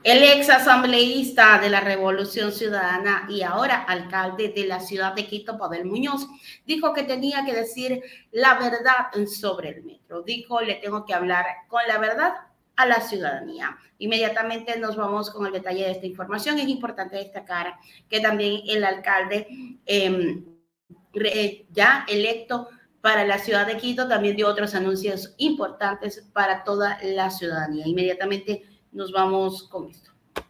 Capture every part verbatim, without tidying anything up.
El ex asambleísta de la Revolución Ciudadana y ahora alcalde de la ciudad de Quito, Pavel Muñoz, dijo que tenía que decir la verdad sobre el metro. Dijo, le tengo que hablar con la verdad a la ciudadanía. Inmediatamente nos vamos con el detalle de esta información. Es importante destacar que también el alcalde eh, ya electo para la ciudad de Quito también dio otros anuncios importantes para toda la ciudadanía. Inmediatamente nos vamos con esto.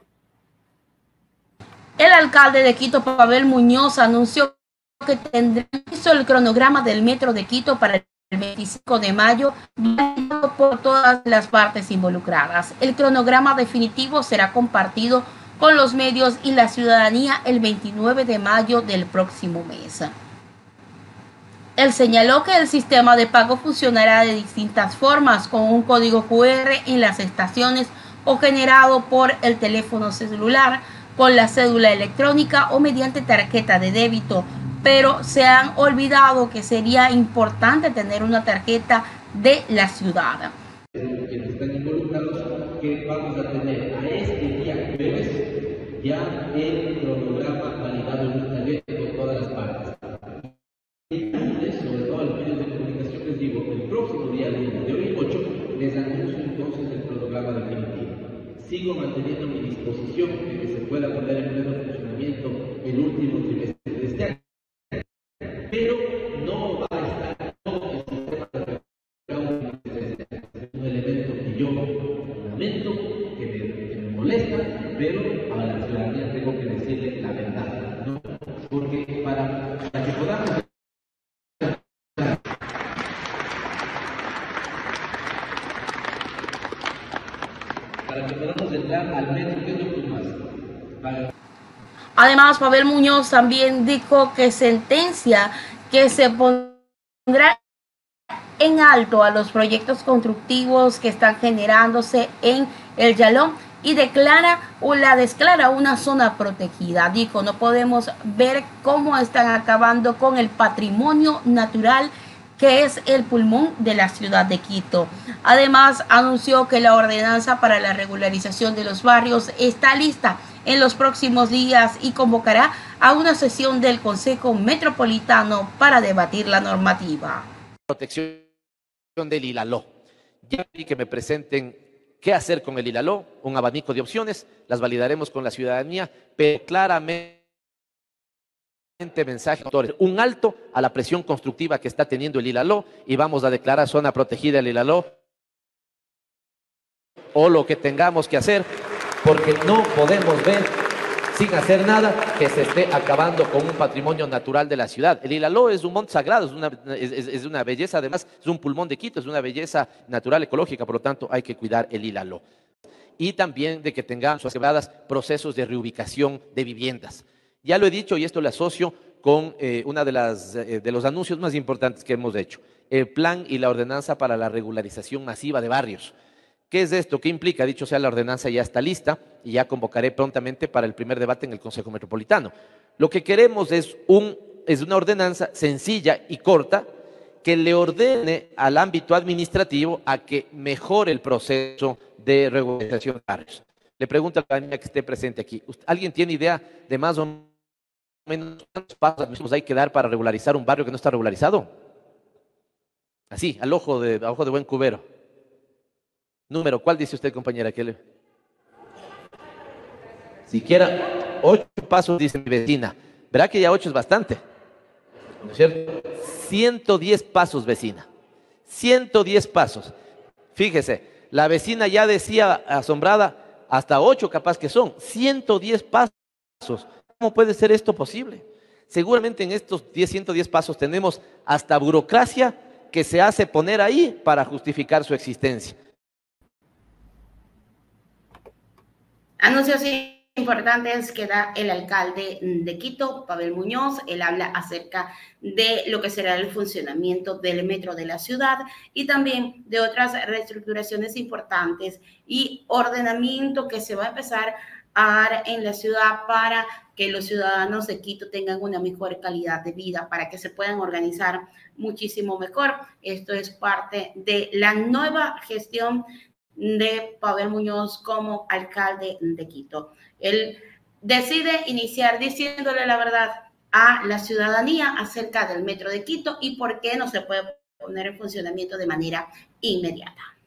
El alcalde de Quito, Pavel Muñoz, anunció que tendrá el cronograma del metro de Quito para el veinticinco de mayo, por todas las partes involucradas. El cronograma definitivo será compartido con los medios y la ciudadanía el veintinueve de mayo del próximo mes. Él señaló que el sistema de pago funcionará de distintas formas, con un código cu erre en las estaciones o generado por el teléfono celular, con la cédula electrónica o mediante tarjeta de débito, pero se han olvidado que sería importante tener una tarjeta de la ciudad. Quienes están involucrados, que vamos a tener a este día jueves ya el cronograma validado en internet por todas las partes. Sobre todo a los medios de comunicación les digo, el próximo día, de hoy ocho, les anuncio entonces el cronograma definitivo. Sigo manteniendo mi disposición de que se pueda poner en pleno funcionamiento el último trimestre de este año, pero no va a estar todo el sistema de un elemento que yo lamento, que me, que me molesta, pero a la ciudadanía tengo que decirle la verdad, ¿no? Porque para, para que podamos para que podamos entrar al metro, ¿qué es lo que más? Para... Además, Pavel Muñoz también dijo que sentencia que se pondrá en alto a los proyectos constructivos que están generándose en el Yalón y declara o la declara una zona protegida. Dijo, no podemos ver cómo están acabando con el patrimonio natural que es el pulmón de la ciudad de Quito. Además, anunció que la ordenanza para la regularización de los barrios está lista en los próximos días y convocará a una sesión del Consejo Metropolitano para debatir la normativa. Protección del Ilaló. Ya vi que me presenten qué hacer con el Ilaló, un abanico de opciones, las validaremos con la ciudadanía, pero claramente mensaje, un alto a la presión constructiva que está teniendo el Ilaló y vamos a declarar zona protegida el Ilaló o lo que tengamos que hacer, porque no podemos ver sin hacer nada que se esté acabando con un patrimonio natural de la ciudad. El Ilaló es un monte sagrado, es una, es, es una belleza, además es un pulmón de Quito, es una belleza natural, ecológica, por lo tanto hay que cuidar el Ilaló. Y también de que tengamos procesos de reubicación de viviendas. Ya lo he dicho y esto lo asocio con eh, uno de, las, eh, de los anuncios más importantes que hemos hecho, el plan y la ordenanza para la regularización masiva de barrios. ¿Qué es esto? ¿Qué implica? Dicho sea, la ordenanza ya está lista y ya convocaré prontamente para el primer debate en el Consejo Metropolitano. Lo que queremos es, un, es una ordenanza sencilla y corta que le ordene al ámbito administrativo a que mejore el proceso de regularización de barrios. Le pregunto a la ciudadanía que esté presente aquí, ¿alguien tiene idea de más o menos cuántos pasos hay que dar para regularizar un barrio que no está regularizado? Así, al ojo de, al ojo de buen cubero. Número, ¿cuál dice usted, compañera? ¿Qué le... Siquiera ocho pasos, dice mi vecina. ¿Verá que ya ocho es bastante? ¿No es cierto? ciento diez pasos, vecina. ciento diez pasos. Fíjese, la vecina ya decía asombrada, hasta ocho capaz que son. ciento diez pasos. ¿Cómo puede ser esto posible? Seguramente en estos diez, ciento diez pasos tenemos hasta burocracia que se hace poner ahí para justificar su existencia. Anuncios importantes que da el alcalde de Quito, Pavel Muñoz. Él habla acerca de lo que será el funcionamiento del metro de la ciudad y también de otras reestructuraciones importantes y ordenamiento que se va a empezar a dar en la ciudad para que los ciudadanos de Quito tengan una mejor calidad de vida, para que se puedan organizar muchísimo mejor. Esto es parte de la nueva gestión de Pavel Muñoz como alcalde de Quito. Él decide iniciar diciéndole la verdad a la ciudadanía acerca del metro de Quito y por qué no se puede poner en funcionamiento de manera inmediata.